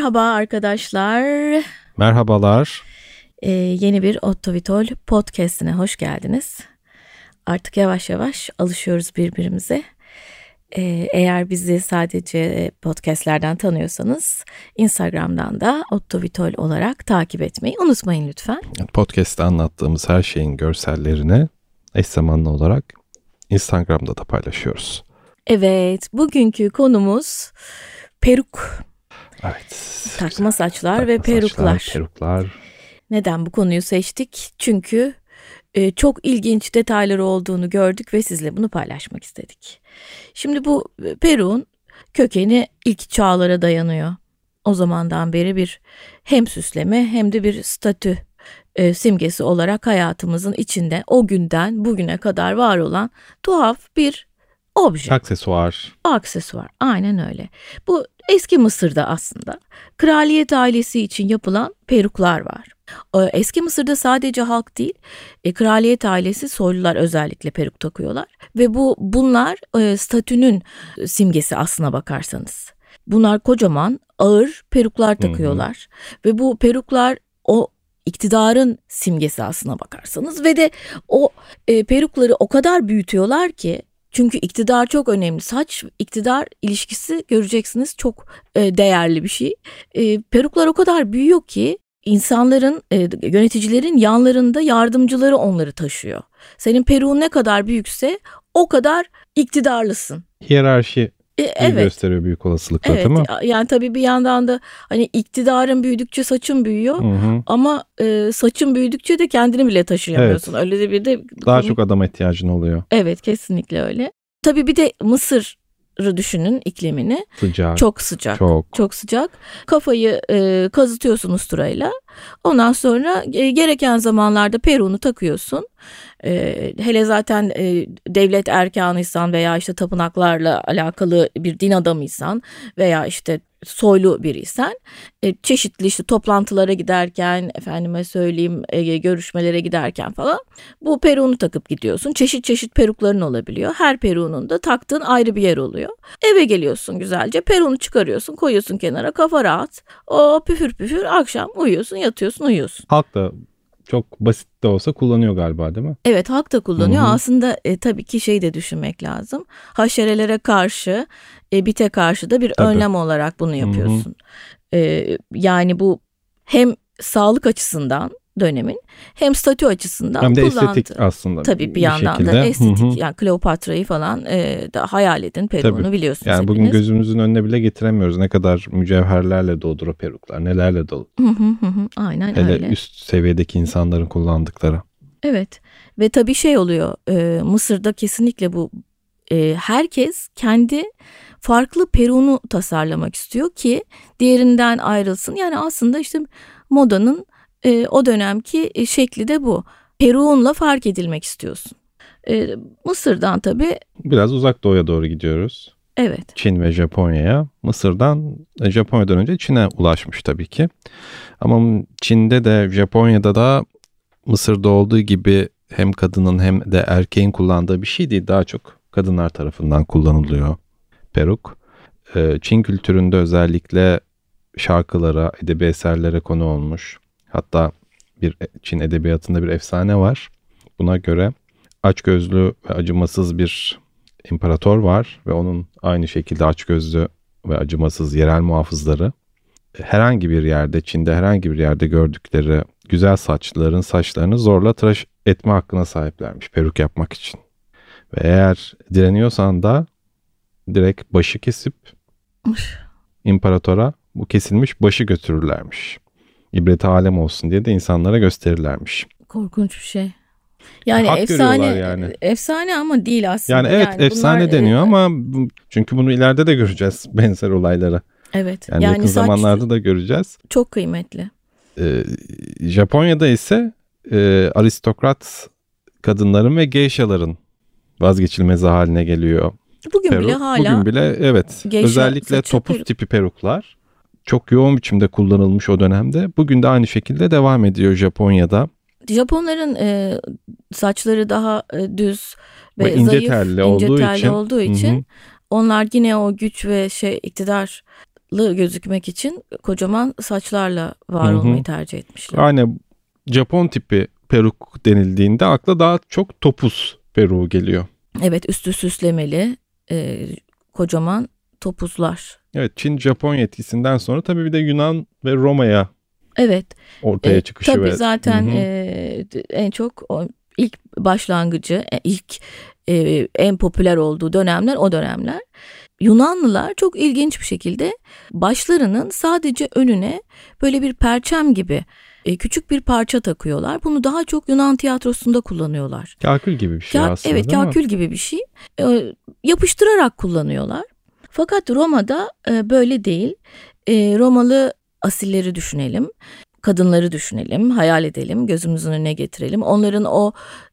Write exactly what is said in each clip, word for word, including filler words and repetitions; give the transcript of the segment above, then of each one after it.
Merhaba arkadaşlar. Merhabalar. Ee, yeni bir Otto Vitol podcast'ine hoş geldiniz. Artık yavaş yavaş alışıyoruz birbirimize. Ee, eğer bizi sadece podcast'lerden tanıyorsanız Instagram'dan da Otto Vitol olarak takip etmeyi unutmayın lütfen. Podcast'te anlattığımız her şeyin görsellerini eş zamanlı olarak Instagram'da da paylaşıyoruz. Evet, bugünkü konumuz peruk. Evet. Takma saçlar Takma ve peruklar. Saçlar, peruklar. Neden bu konuyu seçtik? Çünkü e, çok ilginç detayları olduğunu gördük ve sizle bunu paylaşmak istedik. Şimdi bu peruğun kökeni ilk çağlara dayanıyor. O zamandan beri bir hem süsleme hem de bir statü e, simgesi olarak hayatımızın içinde o günden bugüne kadar var olan tuhaf bir obje. Aksesuar. Aksesuar, aynen öyle. Bu eski Mısır'da aslında kraliyet ailesi için yapılan peruklar var. Eski Mısır'da sadece halk değil, kraliyet ailesi, soylular özellikle peruk takıyorlar. Ve bu bunlar statünün simgesi aslına bakarsanız. Bunlar kocaman, ağır peruklar takıyorlar. Hı hı. Ve bu peruklar o iktidarın simgesi aslına bakarsanız. Ve de o e, perukları o kadar büyütüyorlar ki, çünkü iktidar çok önemli. Saç iktidar ilişkisi göreceksiniz çok e, değerli bir şey. E, peruklar o kadar büyüyor ki insanların, e, yöneticilerin yanlarında yardımcıları onları taşıyor. Senin peruğun ne kadar büyükse o kadar iktidarlısın. Hiyerarşi e, evet. gösteriyor büyük olasılıkla, evet, değil mi? Yani tabii bir yandan da hani iktidarın büyüdükçe saçın büyüyor. Hı hı. Ama e, saçın büyüdükçe de kendini bile taşıyamıyorsun. Evet. Öyle de bir de daha çok adama ihtiyacın oluyor. Evet, kesinlikle öyle. Tabii bir de Mısır'ı düşünün, iklimini. Sıcak. Çok sıcak. Çok, çok sıcak. Kafayı e, kazıtıyorsun usturayla. Ondan sonra e, gereken zamanlarda peruğunu takıyorsun. E, hele zaten e, devlet erkanıysan veya işte tapınaklarla alakalı bir din adamıysan veya işte soylu biriysen, e, çeşitli işte toplantılara giderken, efendime söyleyeyim e, görüşmelere giderken falan bu peruğunu takıp gidiyorsun. Çeşit çeşit perukların olabiliyor. Her peruğunun da taktığın ayrı bir yer oluyor. Eve geliyorsun güzelce, peruğunu çıkarıyorsun, koyuyorsun kenara, kafa rahat. O püfür püfür akşam uyuyorsun, yatıyorsun, uyuyorsun. Halk da çok basit de olsa kullanıyor galiba, değil mi? Evet, halk da kullanıyor. Hı-hı. Aslında e, tabii ki şey de düşünmek lazım. Haşerelere karşı, e, bite karşı da bir tabii. önlem olarak bunu yapıyorsun. E, yani bu hem sağlık açısından dönemin hem statü açısından hem de kullandı. estetik aslında. Tabii bir, bir yandan şekilde. da estetik. Hı-hı. Yani Kleopatra'yı falan e, da hayal edin, peruğunu tabii. biliyorsunuz yani hepiniz. Bugün gözümüzün önüne bile getiremiyoruz. Ne kadar mücevherlerle doludur o peruklar, nelerle dolu. Hı hı hı, aynen Hele öyle. Hele üst seviyedeki insanların kullandıkları. Evet, ve tabii şey oluyor, e, Mısır'da kesinlikle bu e, herkes kendi farklı peruğunu tasarlamak istiyor ki diğerinden ayrılsın. Yani aslında işte modanın e, o dönemki e, şekli de bu. Peruğunla fark edilmek istiyorsun. E, Mısır'dan tabii. Biraz uzak doğuya doğru gidiyoruz. Evet. Çin ve Japonya'ya. Mısır'dan, Japonya'dan önce Çin'e ulaşmış tabii ki. Ama Çin'de de Japonya'da da Mısır'da olduğu gibi hem kadının hem de erkeğin kullandığı bir şey değil. Daha çok kadınlar tarafından kullanılıyor peruk. Çin kültüründe özellikle şarkılara, edebi eserlere konu olmuş. Hatta bir Çin edebiyatında bir efsane var. Buna göre açgözlü ve acımasız bir imparator var ve onun aynı şekilde açgözlü ve acımasız yerel muhafızları herhangi bir yerde, Çin'de herhangi bir yerde gördükleri güzel saçlıların saçlarını zorla tıraş etme hakkına sahiplermiş peruk yapmak için. Ve eğer direniyorsan da direkt başı kesip imparatora bu kesilmiş başı götürürlermiş. İbret alem olsun diye de insanlara gösterirlermiş. Korkunç bir şey. Yani hak efsane yani. efsane ama değil aslında. Yani evet, yani efsane bunlar, deniyor e, ama çünkü bunu ileride de göreceğiz benzer olayları. Evet. Yani, yani yakın zamanlarda da göreceğiz. Çok kıymetli. Ee, Japonya'da ise e, aristokrat kadınların ve geishaların vazgeçilmezi haline geliyor. Bugün peruk. bile hala. Bugün bile evet. Özellikle topuz peruk. tipi peruklar çok yoğun biçimde kullanılmış o dönemde. Bugün de aynı şekilde devam ediyor Japonya'da. Japonların e, saçları daha e, düz ve, ve ince zayıf, telli ince olduğu telli için, olduğu için hı-hı. onlar yine o güç ve şey iktidar gözükmek için kocaman saçlarla var Hı hı. olmayı tercih etmişler. Yani Japon tipi peruk denildiğinde akla daha çok topuz peruğu geliyor. Evet, üstü süslemeli e, kocaman topuzlar. Evet, Çin-Japonya etkisinden sonra tabii bir de Yunan ve Roma'ya Evet. ortaya E, çıkışı tabii ve zaten Hı hı. e, en çok o, ilk başlangıcı, e, ilk e, en popüler olduğu dönemler o dönemler. Yunanlılar çok ilginç bir şekilde başlarının sadece önüne böyle bir perçem gibi e, küçük bir parça takıyorlar. Bunu daha çok Yunan tiyatrosunda kullanıyorlar. Kakül gibi bir şey Ka- aslında, evet, değil mi? kakül gibi bir şey. E, yapıştırarak kullanıyorlar. Fakat Roma'da e, böyle değil. E, Romalı asilleri düşünelim. Kadınları düşünelim, hayal edelim, gözümüzün önüne getirelim. Onların o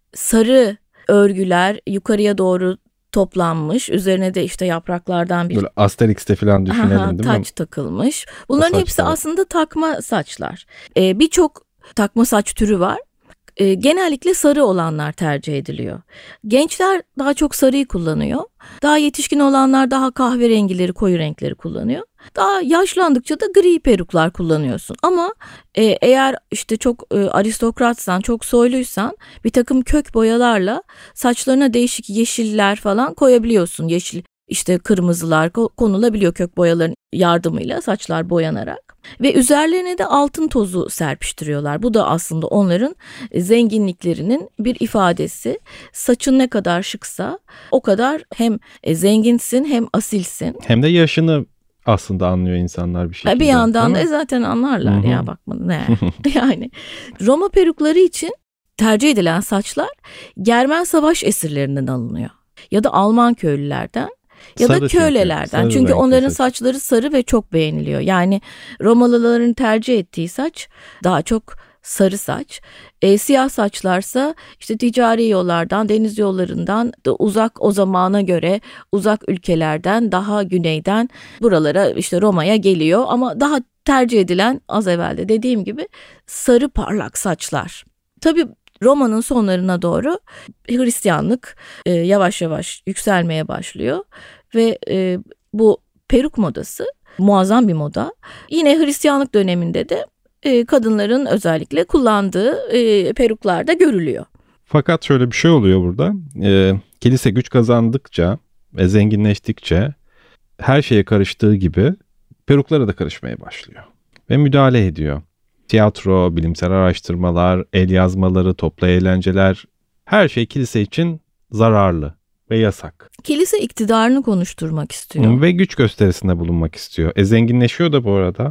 sarı örgüler yukarıya doğru toplanmış. Üzerine de işte yapraklardan bir Böyle Asterix'te falan düşünelim, aha, değil mi? taç takılmış. Bunların hepsi saçlar. aslında takma saçlar. Ee, Birçok takma saç türü var. Ee, genellikle sarı olanlar tercih ediliyor. Gençler daha çok sarıyı kullanıyor. Daha yetişkin olanlar daha kahverengileri, koyu renkleri kullanıyor. Daha yaşlandıkça da gri peruklar kullanıyorsun. Ama e, eğer işte çok e, aristokratsan, çok soyluysan bir takım kök boyalarla saçlarına değişik yeşiller falan koyabiliyorsun. Yeşil, işte kırmızılar konulabiliyor kök boyaların yardımıyla, saçlar boyanarak. Ve üzerlerine de altın tozu serpiştiriyorlar. Bu da aslında onların zenginliklerinin bir ifadesi. Saçın ne kadar şıksa o kadar hem zenginsin hem asilsin. Hem de yaşını aslında anlıyor insanlar bir şekilde. Bir yandan da zaten anlarlar. Hı-hı. Ya bakma ne yani Roma perukları için tercih edilen saçlar Germen savaş esirlerinden alınıyor. Ya da Alman köylülerden. Ya sarı da kölelerden. Çünkü, çünkü onların saç. saçları sarı ve çok beğeniliyor. Yani Romalıların tercih ettiği saç daha çok sarı saç. E, siyah saçlarsa işte ticari yollardan, deniz yollarından da uzak, o zamana göre uzak ülkelerden, daha güneyden buralara, işte Roma'ya geliyor. Ama daha tercih edilen, az evvel de dediğim gibi, sarı parlak saçlar. Tabii Roma'nın sonlarına doğru Hristiyanlık e, yavaş yavaş yükselmeye başlıyor ve e, bu peruk modası muazzam bir moda. Yine Hristiyanlık döneminde de e, kadınların özellikle kullandığı e, peruklar da görülüyor. Fakat şöyle bir şey oluyor burada. E, kilise güç kazandıkça ve zenginleştikçe her şeye karıştığı gibi peruklara da karışmaya başlıyor ve müdahale ediyor. Tiyatro, bilimsel araştırmalar, el yazmaları, toplu eğlenceler, her şey kilise için zararlı ve yasak. Kilise iktidarını konuşturmak istiyor. Ve güç gösterisinde bulunmak istiyor. E zenginleşiyor da bu arada.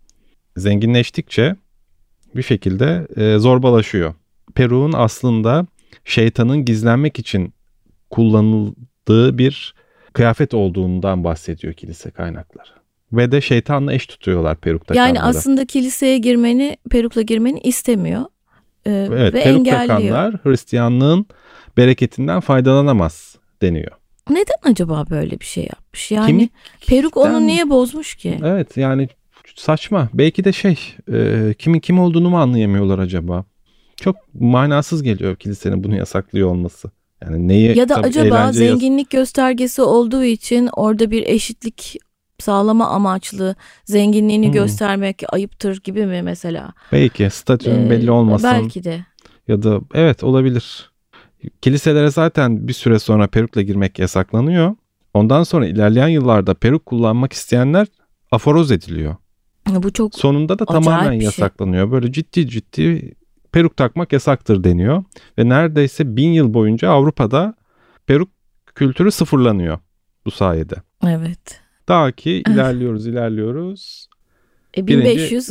Zenginleştikçe bir şekilde e, zorbalaşıyor. Peruğun aslında şeytanın gizlenmek için kullanıldığı bir kıyafet olduğundan bahsediyor kilise kaynakları. Ve de şeytanla eş tutuyorlar peruk takanları. Yani aslında kiliseye girmeni, perukla girmeni istemiyor. Ee, evet, ve peruk engelliyor. takanlar Hristiyanlığın bereketinden faydalanamaz deniyor. Neden acaba böyle bir şey yapmış? Yani Kimlikten, peruk onu niye bozmuş ki? Evet, yani saçma. Belki de şey e, kimin kim olduğunu mu anlayamıyorlar acaba? Çok manasız geliyor kilisenin bunu yasaklıyor olması. Yani neyi, ya da acaba yas- zenginlik göstergesi olduğu için orada bir eşitlik sağlama amaçlı zenginliğini hmm. göstermek ayıptır gibi mi mesela? Belki statünün ee, belli olmasın. Belki de. Ya da evet, olabilir. Kiliselere zaten bir süre sonra perukla girmek yasaklanıyor. Ondan sonra ilerleyen yıllarda peruk kullanmak isteyenler aforoz ediliyor. Bu çok sonunda da tamamen yasaklanıyor. Şey. Böyle ciddi ciddi peruk takmak yasaktır deniyor. Ve neredeyse bin yıl boyunca Avrupa'da peruk kültürü sıfırlanıyor bu sayede. Evet. Daha ki ilerliyoruz ilerliyoruz. E, bin beş yüz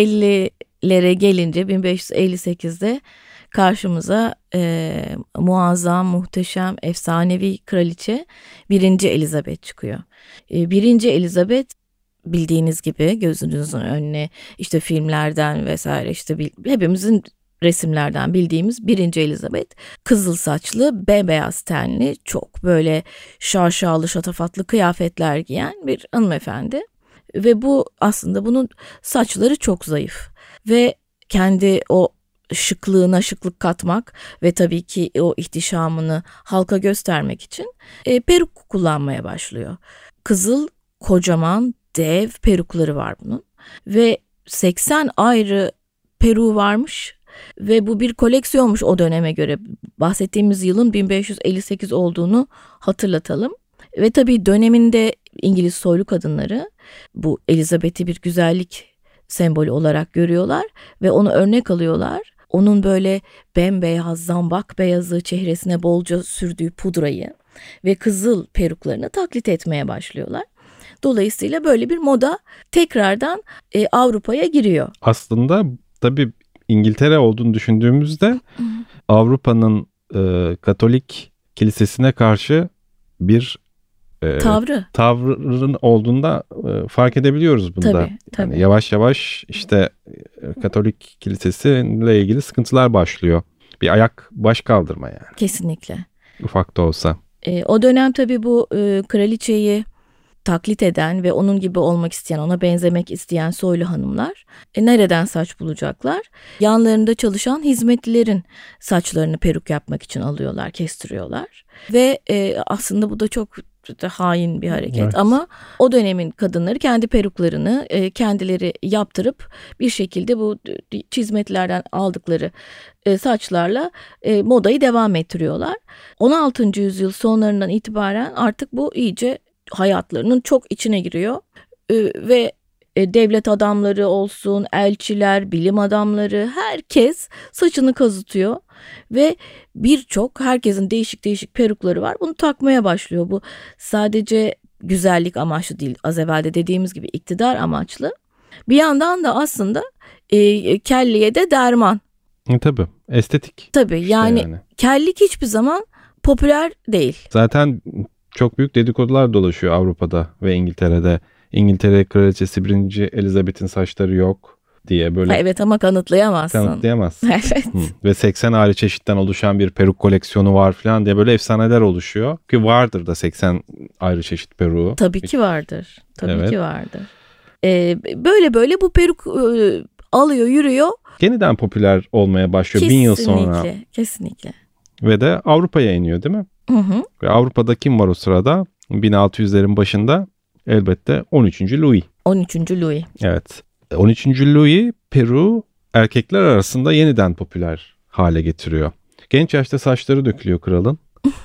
ellilere evet. gelince bin beş yüz elli sekizde karşımıza e, muazzam, muhteşem, efsanevi kraliçe birinci Elizabeth çıkıyor. E, birinci Elizabeth bildiğiniz gibi gözünüzün önüne işte filmlerden vesaire işte hepimizin resimlerden bildiğimiz birinci Elizabeth, kızıl saçlı, bembeyaz tenli, çok böyle şaşalı, şatafatlı kıyafetler giyen bir hanımefendi. Ve bu aslında bunun saçları çok zayıf ve kendi o şıklığına şıklık katmak ve tabii ki o ihtişamını halka göstermek için e, peruk kullanmaya başlıyor. Kızıl, kocaman, dev perukları var bunun ve seksen ayrı peruğu varmış ve bu bir koleksiyonmuş o döneme göre. Bahsettiğimiz yılın bin beş yüz elli sekiz olduğunu hatırlatalım. Ve tabii döneminde İngiliz soylu kadınları bu Elizabeth'i bir güzellik sembolü olarak görüyorlar ve onu örnek alıyorlar. Onun böyle bembeyaz, zambak beyazı çehresine bolca sürdüğü pudrayı ve kızıl peruklarını taklit etmeye başlıyorlar. Dolayısıyla böyle bir moda tekrardan e, Avrupa'ya giriyor. Aslında tabii İngiltere olduğunu düşündüğümüzde Avrupa'nın e, Katolik kilisesine karşı bir e, tavrı tavrın olduğunda e, fark edebiliyoruz bunda. Tabii, tabii. Yani yavaş yavaş işte e, Katolik kilisesiyle ilgili sıkıntılar başlıyor. Bir ayak baş kaldırma yani. Kesinlikle. Ufak da olsa. E, o dönem tabii bu e, kraliçeyi taklit eden ve onun gibi olmak isteyen, ona benzemek isteyen soylu hanımlar e, nereden saç bulacaklar? Yanlarında çalışan hizmetlilerin saçlarını peruk yapmak için alıyorlar, kestiriyorlar. Ve e, aslında bu da çok hain bir hareket. Evet. Ama o dönemin kadınları kendi peruklarını e, kendileri yaptırıp bir şekilde bu hizmetlerden aldıkları e, saçlarla e, modayı devam ettiriyorlar. on altıncı yüzyıl sonlarından itibaren artık bu iyice hayatlarının çok içine giriyor ee, ve e, devlet adamları olsun, elçiler, bilim adamları, herkes saçını kazıtıyor ve birçok herkesin değişik değişik perukları var. Bunu takmaya başlıyor. Bu sadece güzellik amaçlı değil, az evvel de dediğimiz gibi iktidar amaçlı. Bir yandan da aslında e, kelliye de derman. E, tabii estetik. Tabii işte yani, yani kellik hiçbir zaman popüler değil. Zaten çok büyük dedikodular dolaşıyor Avrupa'da ve İngiltere'de. İngiltere kraliçesi birinci Elizabeth'in saçları yok diye böyle. Ha, evet ama kanıtlayamazsın. Kanıtlayamazsın. Evet. Hı. Ve seksen ayrı çeşitten oluşan bir peruk koleksiyonu var falan diye böyle efsaneler oluşuyor. Ki vardır da seksen ayrı çeşit peruğu. Tabii ki vardır. Tabii evet. ki vardır. Ee, böyle böyle bu peruk e, alıyor, yürüyor. Yeniden popüler olmaya başlıyor kesinlikle, bin yıl sonra. Kesinlikle, kesinlikle. Ve de Avrupa'ya iniyor değil mi? Hı hı. Ve Avrupa'da kim var o sırada? bin altı yüzlerin başında elbette on üçüncü Louis. on üçüncü Louis. Evet. on üçüncü Louis Peru erkekler arasında yeniden popüler hale getiriyor. Genç yaşta saçları dökülüyor kralın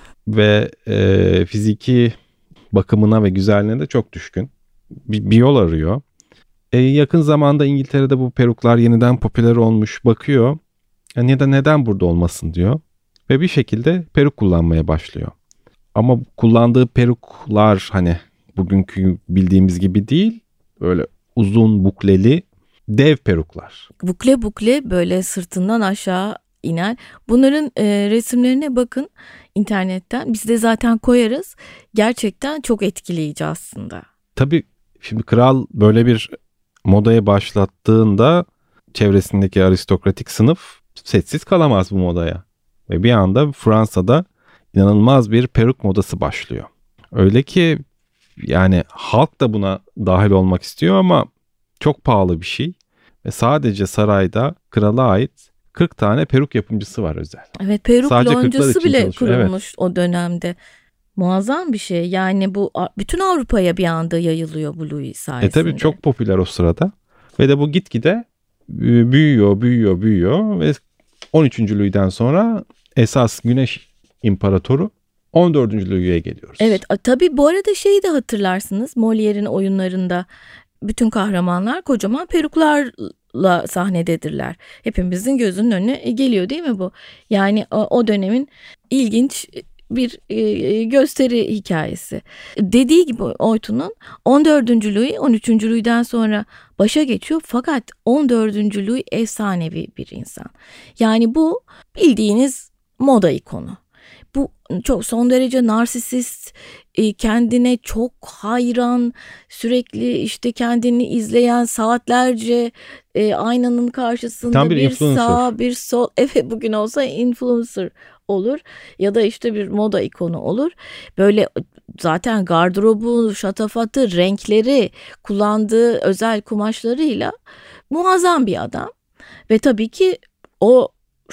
ve e, fiziki bakımına ve güzelliğine de çok düşkün. Bir, bir yol arıyor. E, yakın zamanda İngiltere'de bu peruklar yeniden popüler olmuş, bakıyor. Yani ya da neden burada olmasın diyor. Ve bir şekilde peruk kullanmaya başlıyor. Ama kullandığı peruklar hani bugünkü bildiğimiz gibi değil. Böyle uzun bukleli dev peruklar. Bukle bukle böyle sırtından aşağı inen. Bunların e, resimlerine bakın internetten. Biz de zaten koyarız. Gerçekten çok etkileyici aslında. Tabii şimdi kral böyle bir modaya başlattığında çevresindeki aristokratik sınıf sessiz kalamaz bu modaya. Ve bir anda Fransa'da inanılmaz bir peruk modası başlıyor. Öyle ki yani halk da buna dahil olmak istiyor ama çok pahalı bir şey. Ve sadece sarayda krala ait kırk tane peruk yapımcısı var özel. Evet, peruk sadece loncası bile çalışıyor. kurulmuş evet. o dönemde. Muazzam bir şey. Yani bu bütün Avrupa'ya bir anda yayılıyor bu Louis sayesinde. E tabii çok popüler o sırada. Ve de bu gitgide büyüyor, büyüyor, büyüyor ve on üçüncü Louis'den sonra esas Güneş İmparatoru on dördüncü Louis'e geliyoruz. Evet, tabii bu arada şeyi de hatırlarsınız. Molière'in oyunlarında bütün kahramanlar kocaman peruklarla sahnededirler. Hepimizin gözünün önüne geliyor değil mi bu? Yani o, o dönemin ilginç bir e, gösteri hikayesi. Dediği gibi Oytun'un on dördüncü Louis on üçüncü Louis'den sonra başa geçiyor. Fakat on dördüncü Louis efsanevi bir insan. Yani bu bildiğiniz moda ikonu. Bu çok son derece narsisist, kendine çok hayran, sürekli işte kendini izleyen, saatlerce e, aynanın karşısında tam bir, bir influencer. sağ bir sol, evet bugün olsa influencer olur ya da işte bir moda ikonu olur. Böyle zaten gardırobu, şatafatı, renkleri, kullandığı özel kumaşlarıyla muazzam bir adam ve tabii ki o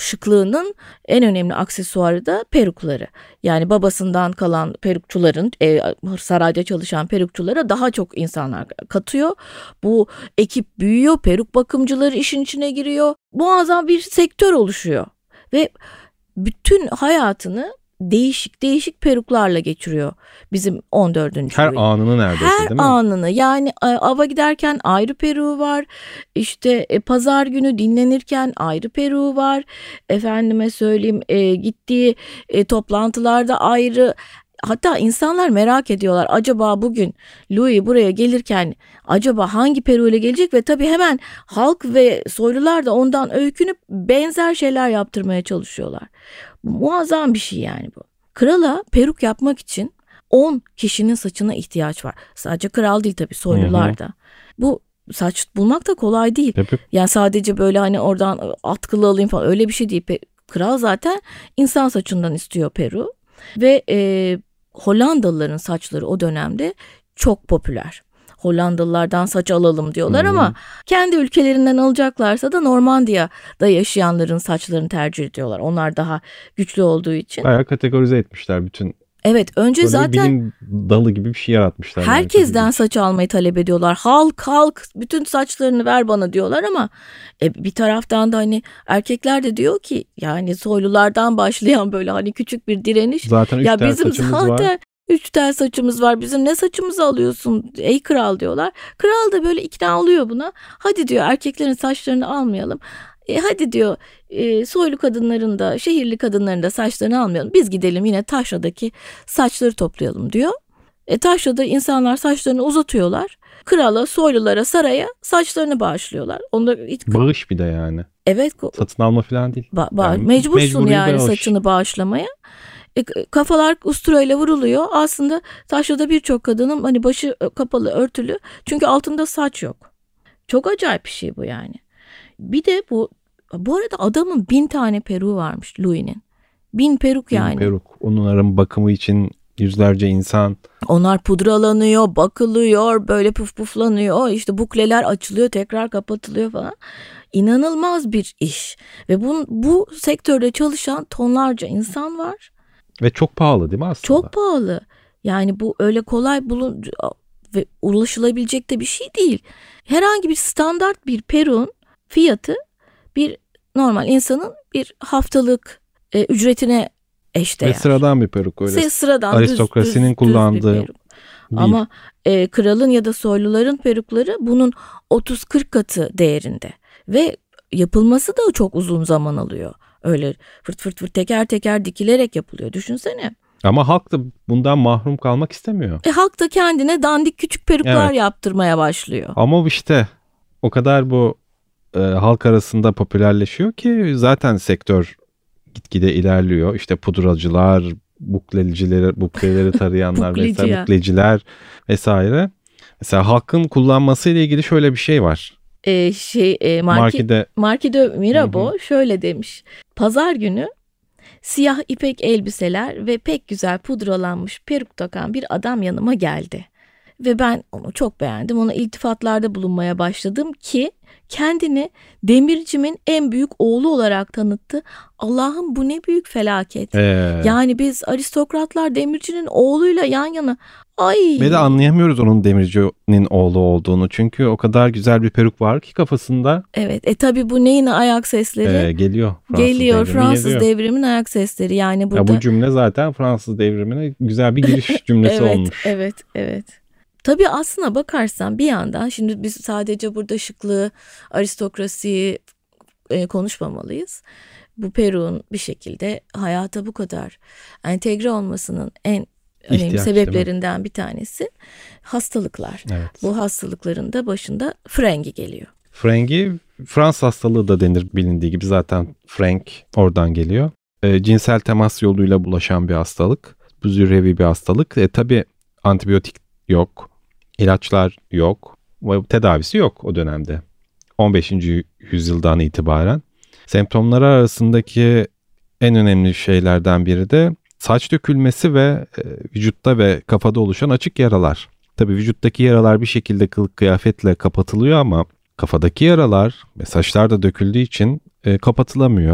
şıklığının en önemli aksesuarı da perukları. Yani babasından kalan perukçuların, e, sarayda çalışan perukçulara daha çok insanlar katıyor. Bu ekip büyüyor, peruk bakımcıları işin içine giriyor. Muazzam bir sektör oluşuyor ve bütün hayatını değişik değişik peruklarla geçiriyor bizim on dördüncü Her Louis. anını neredeyse Her değil mi? Her anını, yani ava giderken ayrı peruğu var. İşte e, pazar günü dinlenirken ayrı peruğu var. Efendime söyleyeyim e, gittiği e, toplantılarda ayrı. Hatta insanlar merak ediyorlar, acaba bugün Louis buraya gelirken acaba hangi peruğuyla gelecek, ve tabii hemen halk ve soylular da ondan öykünüp benzer şeyler yaptırmaya çalışıyorlar. Muazzam bir şey yani bu. Krala peruk yapmak için on kişinin saçına ihtiyaç var. Sadece kral değil tabii, soylular da. Bu saç bulmak da kolay değil. Tabii. Yani sadece böyle hani oradan atkılı alayım falan, öyle bir şey değil. Kral zaten insan saçından istiyor peruğu. Ve e, Hollandalıların saçları o dönemde çok popüler. Hollandalılardan saç alalım diyorlar, hmm. ama kendi ülkelerinden alacaklarsa da Normandiya'da yaşayanların saçlarını tercih ediyorlar. Onlar daha güçlü olduğu için. Bayağı kategorize etmişler bütün. Evet, önce böyle zaten bilim dalı gibi bir şey yaratmışlar. Herkesten yani. saç almayı talep ediyorlar. Halk halk bütün saçlarını ver bana diyorlar, ama e, bir taraftan da hani erkekler de diyor ki, yani soylulardan başlayan böyle hani küçük bir direniş. Zaten üç ya tel bizim saçımız zaten var. Üç tel saçımız var, bizim ne saçımızı alıyorsun ey kral diyorlar. Kral da böyle ikna oluyor buna. Hadi diyor, erkeklerin saçlarını almayalım. E hadi diyor, e, soylu kadınların da şehirli kadınların da saçlarını almayalım. Biz gidelim yine taşradaki saçları toplayalım diyor. E taşrada insanlar saçlarını uzatıyorlar. Krala, soylulara, saraya saçlarını bağışlıyorlar. Onda hiç... Bağış bir de yani. Evet. Satın alma falan değil. Ba- ba- yani mecbursun yani bağış. saçını bağışlamaya. E, kafalar usturayla vuruluyor. Aslında taşrada birçok kadının hani başı kapalı, örtülü. Çünkü altında saç yok. Çok acayip bir şey bu yani. Bir de bu bu arada adamın bin tane peruğu varmış Louis'nin. Bin peruk yani. Bin peruk. Onların bakımı için yüzlerce insan. Onlar pudralanıyor, bakılıyor, böyle puf puflanıyor. İşte bukleler açılıyor, tekrar kapatılıyor falan. İnanılmaz bir iş. Ve bu, bu sektörde çalışan tonlarca insan var. Ve çok pahalı değil mi aslında? Çok pahalı. Yani bu öyle kolay bulun ve ulaşılabilecek de bir şey değil. Herhangi bir standart bir peruğun fiyatı bir normal insanın bir haftalık e, ücretine eşdeğer. Ve sıradan bir peruk öyle. Sıradan, aristokrasinin düz, düz, kullandığı. düz bir peruk. Ama e, kralın ya da soyluların perukları bunun otuz kırk katı değerinde. Ve yapılması da çok uzun zaman alıyor. Öyle fırt fırt fırt teker teker dikilerek yapılıyor. Düşünsene. Ama halk da bundan mahrum kalmak istemiyor. E, halk da kendine dandik küçük peruklar evet. yaptırmaya başlıyor. Ama işte o kadar bu e, halk arasında popülerleşiyor ki zaten sektör gitgide ilerliyor. İşte pudracılar, buklecileri, bukleleri tarayanlar vesaire, bukleciler vesaire. Mesela halkın kullanması ile ilgili şöyle bir şey var. Ee, şey e, Marquis de, Marquis de Mirabeau şöyle demiş. Pazar günü siyah ipek elbiseler ve pek güzel pudralanmış peruk takan bir adam yanıma geldi. Ve ben onu çok beğendim. Ona iltifatlarda bulunmaya başladım ki kendini demircimin en büyük oğlu olarak tanıttı. Allah'ım, bu ne büyük felaket. Ee... Yani biz aristokratlar demircinin oğluyla yan yana. Ay. Ve de anlayamıyoruz onun demircinin oğlu olduğunu. Çünkü o kadar güzel bir peruk var ki kafasında. Evet. E tabii bu neyin ayak sesleri? Ee, geliyor. Fransız geliyor. devrimi Fransız geliyor. devrimin ayak sesleri. Yani burada. Ya bu cümle zaten Fransız devrimine güzel bir giriş cümlesi evet, olmuş. Evet, evet. Tabii aslına bakarsan bir yandan şimdi biz sadece burada şıklığı, aristokrasiyi e, konuşmamalıyız. Bu peruğun bir şekilde hayata bu kadar entegre olmasının en önemli İhtiyaç, sebeplerinden bir tanesi hastalıklar. Evet. Bu hastalıkların da başında frengi geliyor. Frengi, Fransız hastalığı da denir bilindiği gibi, zaten Frank oradan geliyor. E, cinsel temas yoluyla bulaşan bir hastalık. Bu zürrevi bir hastalık. E, tabii antibiyotik yok, ilaçlar yok ve tedavisi yok o dönemde. on beşinci yüzyıldan itibaren. Semptomları arasındaki en önemli şeylerden biri de saç dökülmesi ve e, vücutta ve kafada oluşan açık yaralar. Tabii vücuttaki yaralar bir şekilde kılık kıyafetle kapatılıyor ama kafadaki yaralar ve saçlar da döküldüğü için e, kapatılamıyor.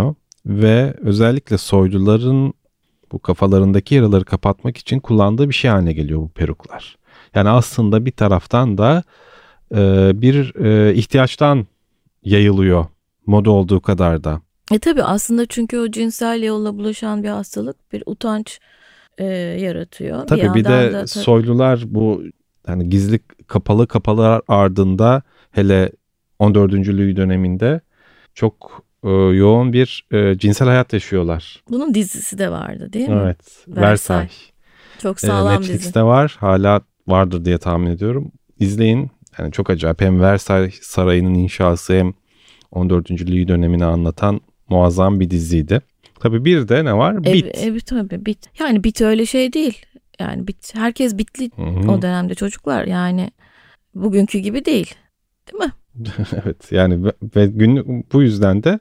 ve özellikle soyluların bu kafalarındaki yaraları kapatmak için kullandığı bir şey haline geliyor bu peruklar. Yani aslında bir taraftan da e, bir e, ihtiyaçtan yayılıyor moda olduğu kadar da. E tabii aslında çünkü o cinsel yolla bulaşan bir hastalık bir utanç e, yaratıyor. Tabii bir, bir de da, soylular bu yani gizli kapalı kapalı ardında hele on dördüncü Louis döneminde çok e, yoğun bir e, cinsel hayat yaşıyorlar. Bunun dizisi de vardı değil mi? Evet. Versailles. Çok sağlam e, Netflix'te dizi. var. Hala vardır diye tahmin ediyorum. İzleyin. Yani çok acayip. Hem Versailles Sarayı'nın inşası hem on dördüncü Louis dönemini anlatan muazzam bir diziydi. Tabii bir de ne var? Bit. Evet, evet tabii bit. Yani bit öyle şey değil. Yani bit. Herkes bitli Hı-hı. o dönemde çocuklar. Yani bugünkü gibi değil. Değil mi? Evet yani ve, ve günlük bu yüzden de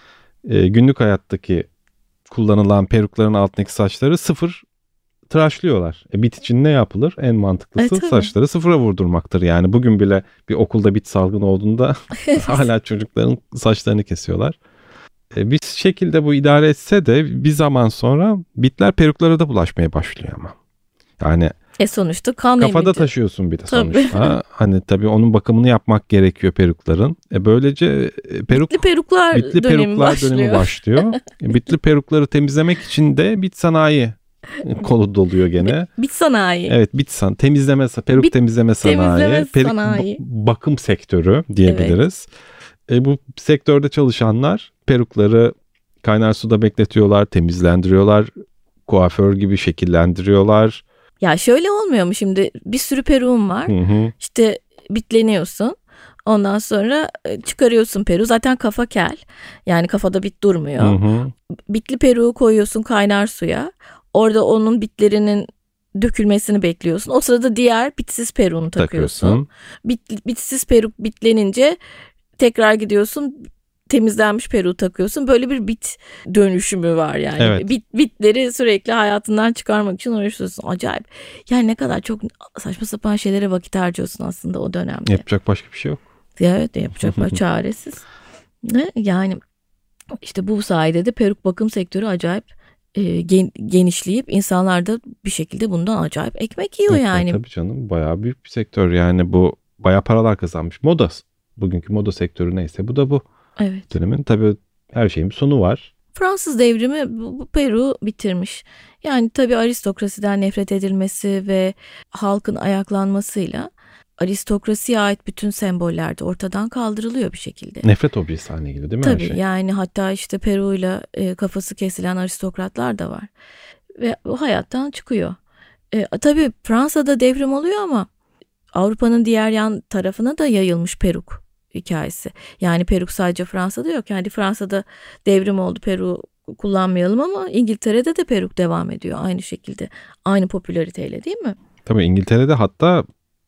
e, günlük hayattaki kullanılan perukların altındaki saçları sıfır tıraşlıyorlar. E, bit için ne yapılır? En mantıklısı e, saçları sıfıra vurdurmaktır. Yani bugün bile bir okulda bit salgını olduğunda hala çocukların saçlarını kesiyorlar. E, bir şekilde bu idare etse de bir zaman sonra bitler peruklara da bulaşmaya başlıyor ama. Yani E sonuçta kan kafada emici. taşıyorsun bir de tabii. sonuçta. Hani tabii onun bakımını yapmak gerekiyor perukların. E böylece peruk bitli peruklar, bitli dönemi, peruklar başlıyor. dönemi başlıyor. bitli perukları temizlemek için de bit sanayi kolu doluyor gene. Bit sanayi. Evet, bit san temizleme peruk bit, temizleme sanayi, temizleme peruk sanayi. bakım sektörü diyebiliriz. Evet. E, bu sektörde çalışanlar perukları kaynar suda bekletiyorlar, temizlendiriyorlar, kuaför gibi şekillendiriyorlar. Ya şöyle olmuyor mu şimdi bir sürü peruğum var. Hı hı. İşte bitleniyorsun. Ondan sonra çıkarıyorsun peruğu. Zaten kafa kel. Yani kafada bit durmuyor. Hı hı. Bitli peruğu koyuyorsun kaynar suya. Orada onun bitlerinin dökülmesini bekliyorsun. O sırada diğer bitsiz peruğunu takıyorsun. takıyorsun. Bit, bitsiz peruk bitlenince tekrar gidiyorsun. Temizlenmiş peruğu takıyorsun. Böyle bir bit dönüşümü var yani. Evet. Bit, bitleri sürekli hayatından çıkarmak için uğraşıyorsun. Acayip. Yani ne kadar çok saçma sapan şeylere vakit harcıyorsun aslında o dönemde. Yapacak başka bir şey yok. Evet, yapacak başka çaresiz. Ne? Yani işte bu sayede de peruk bakım sektörü acayip e, gen, genişleyip insanlar da bir şekilde bundan acayip ekmek yiyor evet, yani. Tabii canım, bayağı büyük bir sektör yani, bu bayağı paralar kazanmış. Moda, bugünkü moda sektörü neyse bu da bu. Evet. Dönemin tabii her şeyin bir sonu var. Fransız devrimi bu, bu peruğu bitirmiş. Yani tabii aristokrasiden nefret edilmesi ve halkın ayaklanmasıyla aristokrasiye ait bütün semboller de ortadan kaldırılıyor bir şekilde. Nefret objesi haline geliyor değil mi tabii, her şey? Yani hatta işte peruğuyla e, kafası kesilen aristokratlar da var. Ve bu hayattan çıkıyor. E, tabii Fransa'da devrim oluyor ama Avrupa'nın diğer yan tarafına da yayılmış peruk hikayesi. Yani peruk sadece Fransa'da yok. Yani Fransa'da devrim oldu, peruğu kullanmayalım ama İngiltere'de de peruk devam ediyor aynı şekilde. Aynı popülariteyle değil mi? Tabii İngiltere'de hatta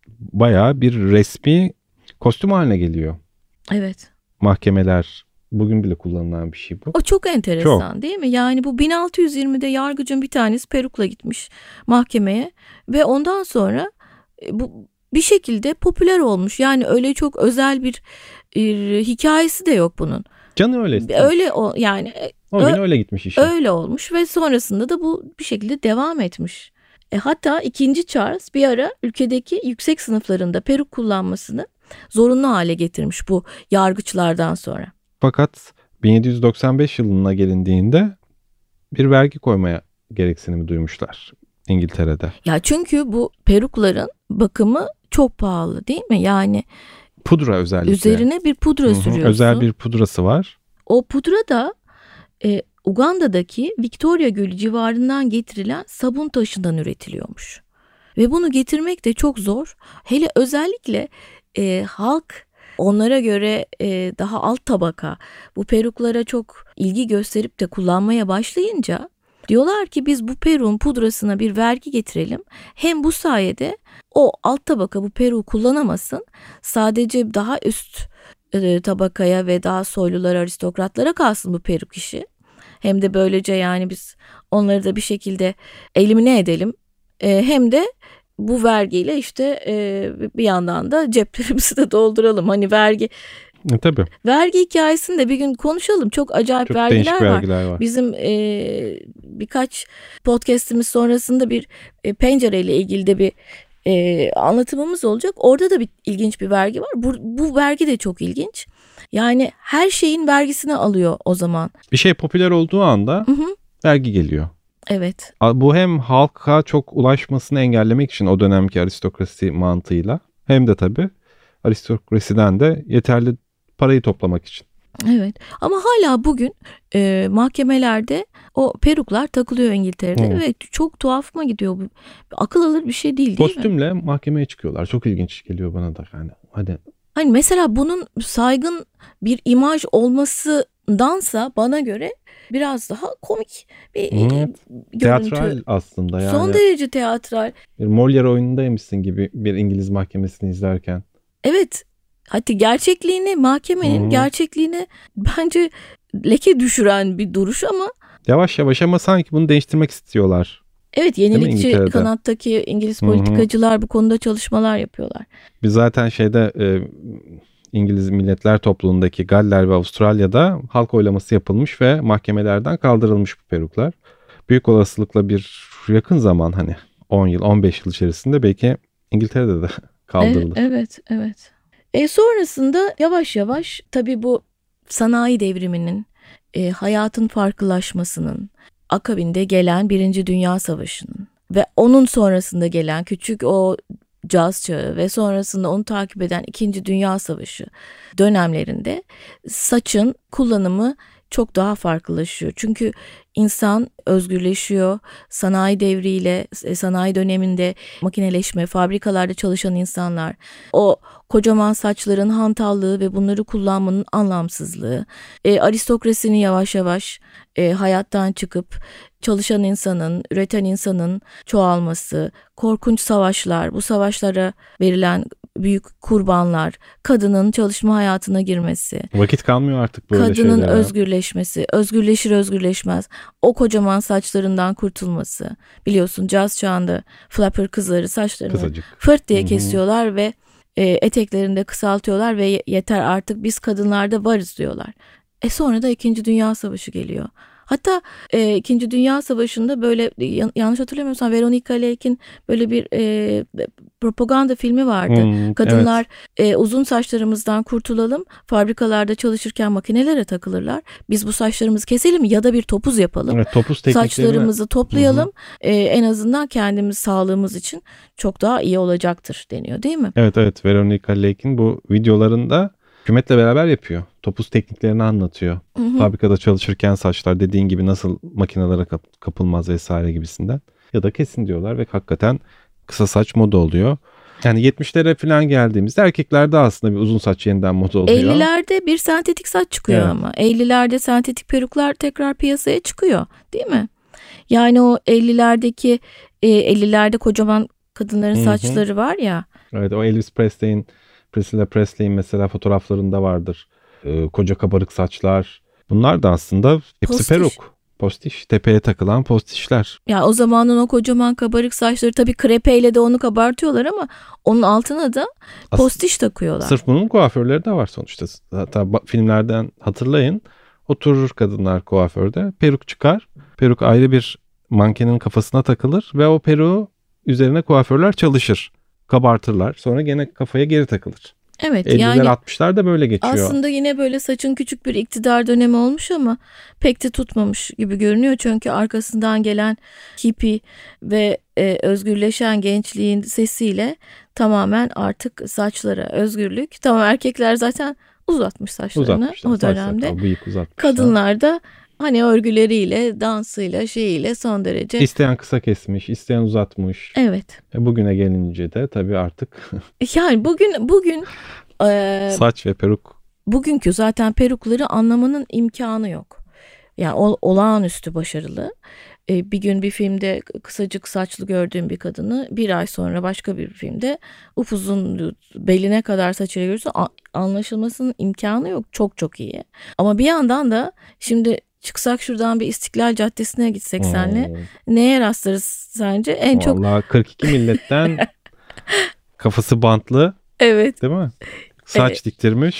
bayağı bir resmi kostüm haline geliyor. Evet. Mahkemeler, bugün bile kullanılan bir şey bu. O çok enteresan çok. Değil mi? Yani bu bin altı yüz yirmide yargıcın bir tanesi perukla gitmiş mahkemeye ve ondan sonra bu bir şekilde popüler olmuş. Yani öyle çok özel bir, bir hikayesi de yok bunun. Canı öyle istemiş. Öyle o yani. O gün öyle gitmiş işe. Öyle olmuş ve sonrasında da bu bir şekilde devam etmiş. E, hatta ikinci Charles bir ara ülkedeki yüksek sınıflarında peruk kullanmasını zorunlu hale getirmiş bu yargıçlardan sonra. Fakat bin yedi yüz doksan beş yılına gelindiğinde bir vergi koymaya gereksinimi duymuşlar İngiltere'de. Ya çünkü bu perukların bakımı çok pahalı değil mi? Yani pudra özellikle. Üzerine bir pudra Hı-hı, sürüyorsun. özel bir pudrası var. O pudra da e, Uganda'daki Victoria Gölü civarından getirilen sabun taşından üretiliyormuş. Ve bunu getirmek de çok zor. Hele özellikle e, halk onlara göre e, daha alt tabaka bu peruklara çok ilgi gösterip de kullanmaya başlayınca diyorlar ki biz bu peruğun pudrasına bir vergi getirelim. Hem bu sayede o alt tabaka bu peruğu kullanamasın. Sadece daha üst e, tabakaya ve daha soylular, aristokratlara kalsın bu peruk işi. Hem de böylece yani biz onları da bir şekilde elimine edelim. E, hem de bu vergiyle işte e, bir yandan da ceplerimizi de dolduralım. Hani vergi E, tabii. Vergi hikayesini de bir gün konuşalım. Çok acayip Çok vergiler, değişik var. vergiler var. Bizim e, birkaç podcastimiz sonrasında bir e, pencereyle ilgili de bir e, anlatımımız olacak. Orada da bir ilginç bir vergi var. Bu, bu vergi de çok ilginç. Yani her şeyin vergisini alıyor o zaman. Bir şey popüler olduğu anda Hı hı. vergi geliyor. Evet. Bu hem halka çok ulaşmasını engellemek için o dönemki aristokrasi mantığıyla, hem de tabii aristokrasiden de yeterli parayı toplamak için. Evet, ama hala bugün e, mahkemelerde o peruklar takılıyor İngiltere'de Hmm. ve çok tuhafıma gidiyor bu. Akıl alır bir şey değil, değil mi? Kostümle mahkemeye çıkıyorlar. Çok ilginç geliyor bana da yani. Hadi. Hani mesela bunun saygın bir imaj olmasındansa bana göre biraz daha komik bir Evet. görüntü. Teatral aslında yani. Son derece teatral. Bir Molière oyunundaymışsın gibi bir İngiliz mahkemesini izlerken. Evet. Hatta gerçekliğini, mahkemenin Hı. gerçekliğini bence leke düşüren bir duruş ama Yavaş yavaş ama sanki bunu değiştirmek istiyorlar. evet, yenilikçi kanattaki İngiliz politikacılar Hı-hı. bu konuda çalışmalar yapıyorlar. Biz zaten şeyde e, İngiliz Milletler Topluluğundaki Galler ve Avustralya'da halk oylaması yapılmış ve mahkemelerden kaldırılmış bu peruklar. Büyük olasılıkla bir yakın zaman, hani on yıl on beş yıl içerisinde belki İngiltere'de de kaldırılır. Evet, evet. evet. E sonrasında yavaş yavaş tabii bu sanayi devriminin, e, hayatın farklılaşmasının, akabinde gelen Birinci Dünya Savaşı'nın ve onun sonrasında gelen küçük o caz çağı ve sonrasında onu takip eden İkinci Dünya Savaşı dönemlerinde saçın kullanımı çok daha farklılaşıyor. Çünkü insan özgürleşiyor. Sanayi devriyle, sanayi döneminde makineleşme, fabrikalarda çalışan insanlar, o kocaman saçların hantallığı ve bunları kullanmanın anlamsızlığı, e, aristokrasinin yavaş yavaş e, hayattan çıkıp çalışan insanın, üreten insanın çoğalması, korkunç savaşlar, bu savaşlara verilen büyük kurbanlar, kadının çalışma hayatına girmesi. Vakit kalmıyor artık böyle kadının şeylere. özgürleşmesi, özgürleşir özgürleşmez o kocaman saçlarından kurtulması. Biliyorsun caz çağında flapper kızları saçlarını Kısacık. fırt diye Hı-hı. kesiyorlar ve e, eteklerini de kısaltıyorlar ve yeter artık biz kadınlarda varız diyorlar. E sonra da İkinci Dünya Savaşı geliyor. Hatta e, İkinci Dünya Savaşı'nda böyle yan, yanlış hatırlamıyorsam Veronica Lake'in böyle bir e, propaganda filmi vardı. Hmm, Kadınlar evet. e, uzun saçlarımızdan kurtulalım, fabrikalarda çalışırken makinelere takılırlar. Biz bu saçlarımızı keselim ya da bir topuz yapalım. Evet, topuz tekniklerini... Saçlarımızı toplayalım. E, en azından kendimiz sağlığımız için çok daha iyi olacaktır deniyor, değil mi? Evet evet, Veronica Lake'in bu videolarında hükümetle beraber yapıyor. Topuz tekniklerini anlatıyor. Hı hı. Fabrikada çalışırken saçlar dediğin gibi nasıl makinelere kap- kapılmaz vesaire gibisinden. Ya da kesin diyorlar ve hakikaten kısa saç moda oluyor. Yani yetmişlere falan geldiğimizde erkeklerde aslında bir uzun saç yeniden moda oluyor. ellilerde bir sentetik saç çıkıyor, evet. Ama ellilerde sentetik peruklar tekrar piyasaya çıkıyor, değil mi? Yani o ellilerdeki e, ellilerde kocaman kadınların Hı-hı. saçları var ya. Evet, o Elvis Presley'in, Priscilla Presley'in mesela fotoğraflarında vardır. Ee, koca kabarık saçlar. Bunlar da aslında hepsi Postiş. peruk. Postiş. Tepeye takılan postişler. Ya o zamanın o kocaman kabarık saçları tabii krepeyle de onu kabartıyorlar ama onun altına da postiş As- takıyorlar. Sırf bunun kuaförleri de var sonuçta. Hatta filmlerden hatırlayın. Oturur kadınlar kuaförde. Peruk çıkar. Peruk ayrı bir mankenin kafasına takılır ve o peruğu üzerine kuaförler çalışır. Kabartırlar. Sonra gene kafaya geri takılır. Evet, elliler yani altmışlar da böyle geçiyor. Aslında yine böyle saçın küçük bir iktidar dönemi olmuş ama pek de tutmamış gibi görünüyor. Çünkü arkasından gelen hippie ve e, özgürleşen gençliğin sesiyle tamamen artık saçlara özgürlük. Tamam, erkekler zaten uzatmış saçlarını uzatmışlar, o dönemde. Saç bıyık uzatmışlar. Kadınlar da hani örgüleriyle, dansıyla, şeyiyle son derece. İsteyen kısa kesmiş, isteyen uzatmış. Evet. E bugüne gelince de tabii artık. Yani bugün bugün e, saç ve peruk. Bugünkü zaten perukları anlamanın imkanı yok. Yani ol, olağanüstü başarılı. E, bir gün bir filmde kısacık saçlı gördüğüm bir kadını bir ay sonra başka bir filmde upuzun beline kadar saçıyla görürse anlaşılmasının imkanı yok. Çok çok iyi. Ama bir yandan da şimdi çıksak şuradan bir İstiklal Caddesi'ne gitsek hmm. senle neye rastlarız sence? En Vallahi çok. Vallahi kırk iki milletten kafası bantlı. Evet. Değil mi? Saç evet. diktirmiş.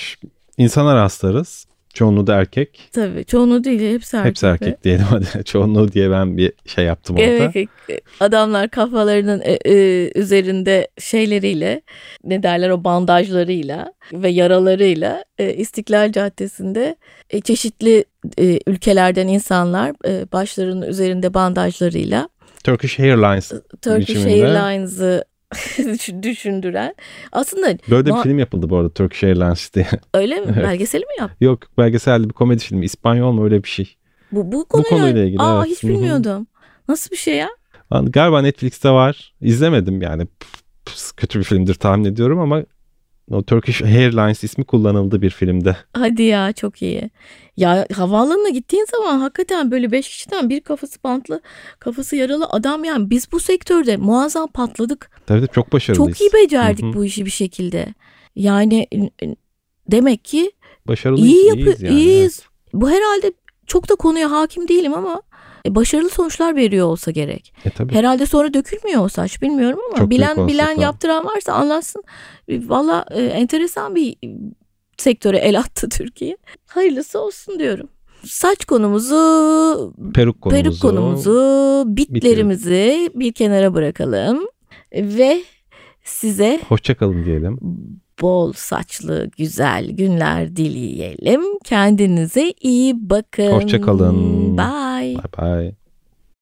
İnsana rastlarız. Çoğunluğu da erkek. Tabii çoğunluğu değil, hepsi erkek. Hepsi erkek diyelim hadi. Çoğunluğu diye ben bir şey yaptım orada. Evet, adamlar kafalarının e, e, üzerinde şeyleriyle, ne derler, o bandajlarıyla ve yaralarıyla e, İstiklal Caddesi'nde e, çeşitli e, ülkelerden insanlar e, başlarının üzerinde bandajlarıyla Turkish Airlines Turkish biçiminde. Airlines'ı düşündüren. Aslında böyle bir ma- film yapıldı bu arada, Turkish Airlines diye. Öyle mi? Evet. Belgeseli mi yaptı? Yok, belgeselli bir komedi filmi. İspanyol mu, öyle bir şey. Bu, bu konuyla, bu konuyla ilgili. Aa, evet. hiç bilmiyordum. Nasıl bir şey ya? Galiba Netflix'te var. İzlemedim yani. Kötü bir filmdir tahmin ediyorum ama o Turkish Airlines ismi kullanıldı bir filmde. Hadi ya, çok iyi. Ya havaalanına gittiğin zaman hakikaten böyle beş kişiden bir kafası bantlı, kafası yaralı adam, yani biz bu sektörde muazzam patladık. Tabii de çok başarılıyız. Çok iyi becerdik Hı-hı. bu işi bir şekilde. Yani demek ki başarılıyız. iyi yapı- iyiyiz yani. iyiyiz. Evet. Bu herhalde, çok da konuya hakim değilim ama başarılı sonuçlar veriyor olsa gerek. E, tabii. Herhalde sonra dökülmüyor o saç, bilmiyorum ama Çok bilen bilen olsa, yaptıran varsa anlatsın. Valla e, enteresan bir sektöre el attı Türkiye. Hayırlısı olsun diyorum. Saç konumuzu, peruk konumuzu, peruk konumuzu, bitlerimizi bir kenara bırakalım ve size hoşça kalın diyelim. Bol saçlı güzel günler dileyelim. Kendinize iyi bakın. Hoşça kalın. Bye. Bye bye.